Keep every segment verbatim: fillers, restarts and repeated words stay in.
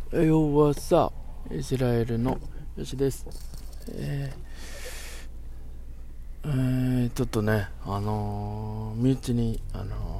よはさ、イスラエルのよしです。えー、えー、ちょっとね、あのー、身内に、あの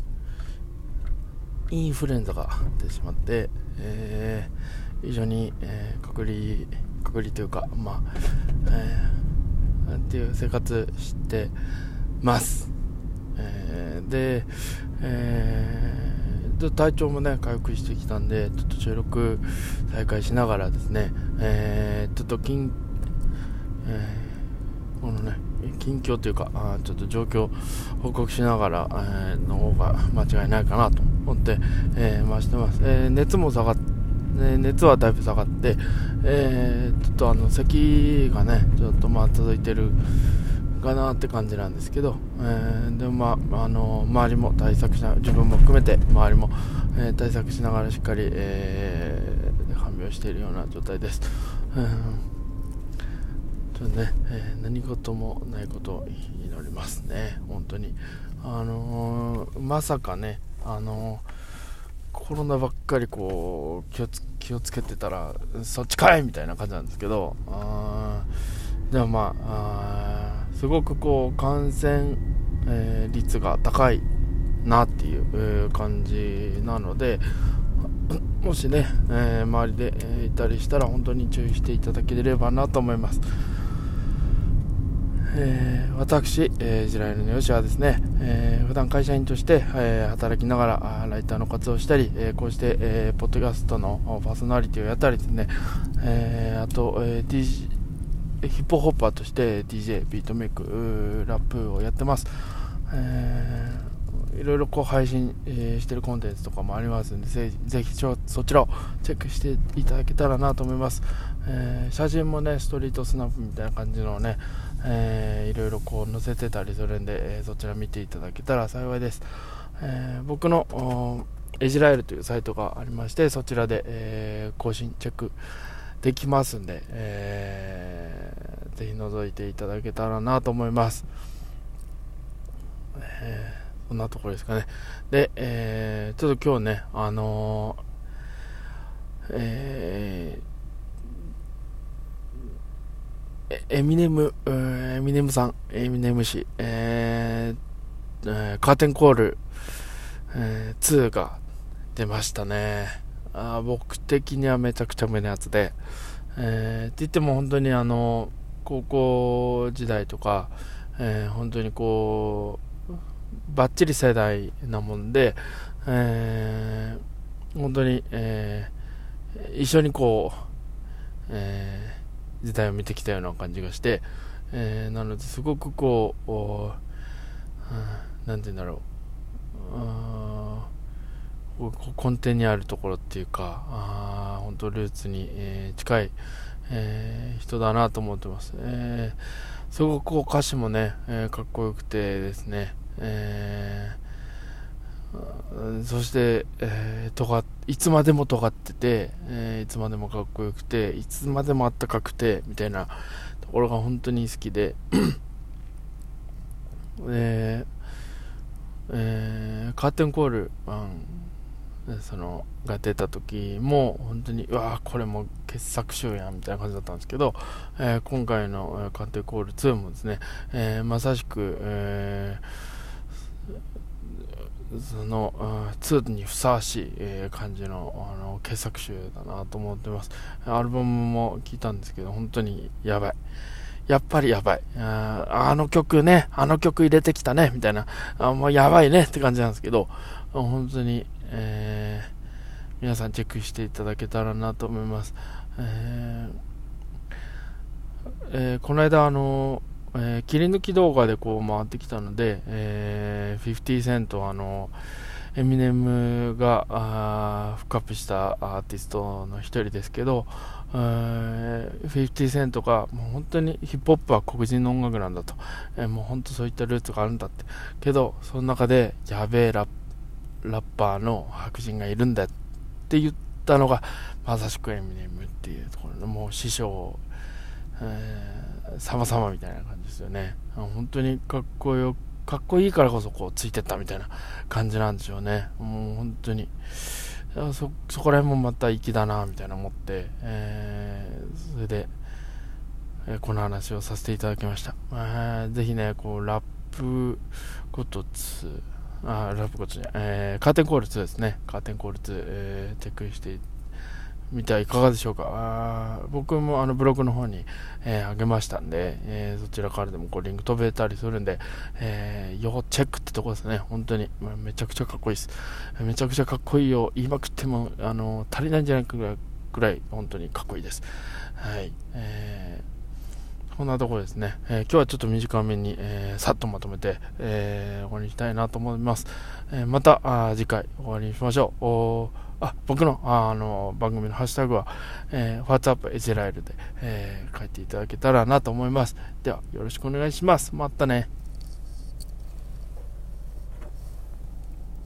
ー、インフルエンザが出てしまって、えー、非常に、えー、隔離、隔離というか、まあ、えー、っていう生活してます。えー、で、えー体調もね回復してきたんで、ちょっと収録再開しながらですね、えー、ちょっと近、えー、このね近況というか、あちょっと状況報告しながら、えー、の方が間違いないかなと思って、えー、回してます。えー、熱も下がっ熱はだいぶ下がって、えー、ちょっとあの咳がねちょっとまあ続いてるかなって感じなんですけど、えー、でもまあ、あのー、周りも対策しながら、自分も含めて周りも、えー、対策しながらしっかり、えー、看病しているような状態です。うん、ちょっとね、えー、何事もないことを祈りますね、本当に。あのー、まさかね、あのー、コロナばっかりこう気をつ、気をつけてたらそっちかいみたいな感じなんですけど、あでもまあ、あすごくこう感染、えー、率が高いなっていう、えー、感じなので、もしね、えー、周りで、えー、いたりしたら本当に注意していただければなと思います。えー、私、えー、イスラエルのヨシはですね、えー、普段会社員として、えー、働きながらライターの活動をしたり、えー、こうして、えー、ポッドキャストのパーソナリティをやったりですね、えー、あと、えー、ディージーヒップホッパーとして ディージェー、ビートメイク、ラップをやってます。えー、いろいろこう配信、えー、してるコンテンツとかもありますので、ぜひ、ぜひそちらをチェックしていただけたらなと思います。えー、写真もね、ストリートスナップみたいな感じのね、えー、いろいろこう載せてたりするんで、えー、そちら見ていただけたら幸いです。えー、僕のエジラエルというサイトがありまして、そちらで、えー、更新チェックできますんで、えー、ぜひ覗いていただけたらなと思います。えー、そんなところですかね。で、えー、ちょっと今日ね、あのー、えー、エミネム、エミネムさん、エミネム氏、えーえー、カーテンコール、えー、ツーが出ましたね。あ僕的にはめちゃくちゃ胸熱で、えー、って言っても本当にあの高校時代とか、えー、本当にこうバッチリ世代なもんで、えー、本当に、えー、一緒にこう、えー、時代を見てきたような感じがして、えー、なのですごくこう、うん、なんて言うんだろう、根底にあるところっていうか、あ本当ルーツに、えー、近い、えー、人だなと思ってます。えー、すごくこう歌詞もね、えー、かっこよくてですね、えー、そして、えー、とがいつまでも尖ってて、えー、いつまでもかっこよくて、いつまでもあったかくてみたいなところが本当に好きで、えーえー、カーテンコール、うん、そのが出た時も本当にうわこれも傑作集やんみたいな感じだったんですけど、えー、今回のカーテンコールツーもですね、えー、まさしく、えー、そのツーにふさわしい、えー、感じの、あの傑作集だなと思ってます。アルバムも聴いたんですけど本当にやばい、やっぱりやばい。あ, あの曲ね、あの曲入れてきたね、みたいな。あもうやばいねって感じなんですけど、本当に、えー、皆さんチェックしていただけたらなと思います。えーえー、この間、あの、えー、切り抜き動画でこう回ってきたので、えー、フィフティーセント、あの、エミネムがあフックアップしたアーティストの一人ですけど、フィフティーセントがもう本当にヒップホップは黒人の音楽なんだと、えー、もう本当そういったルーツがあるんだって、けどその中でやべえラッラッパーの白人がいるんだって言ったのがまさしくエミネムっていうところのもう師匠、えー、様々みたいな感じですよね。本当にかっこよかっこいいからこそこうついてったみたいな感じなんでしょうね。もう本当にそ, そこら辺もまた粋だなみたいな思って、えー、それで、えー、この話をさせていただきました。えー、ぜひねこうラップごとツーあラップごとじゃない、えー、カーテンコールツーですね。カーテンコールツー、えー、チェックしてみてはいかがでしょうか。あ僕もあのブログの方に、えー、上げましたんで、えー、そちらからでもこうリンク飛べたりするんで、えー、要チェックってとこですね。本当にめちゃくちゃかっこいいです。めちゃくちゃかっこいいよ言いまくってもあの足りないんじゃないかぐらい本当にかっこいいです。はい、えー、こんなところですね。えー、今日はちょっと短めに、えー、さっとまとめて、えー、終わりにしたいなと思います。えー、またあ次回終わりにしましょう。おあ僕のああの番組のハッシュタグは、えー、WhatsApp エジライルで、えー、書いていただけたらなと思います。ではよろしくお願いします。またね。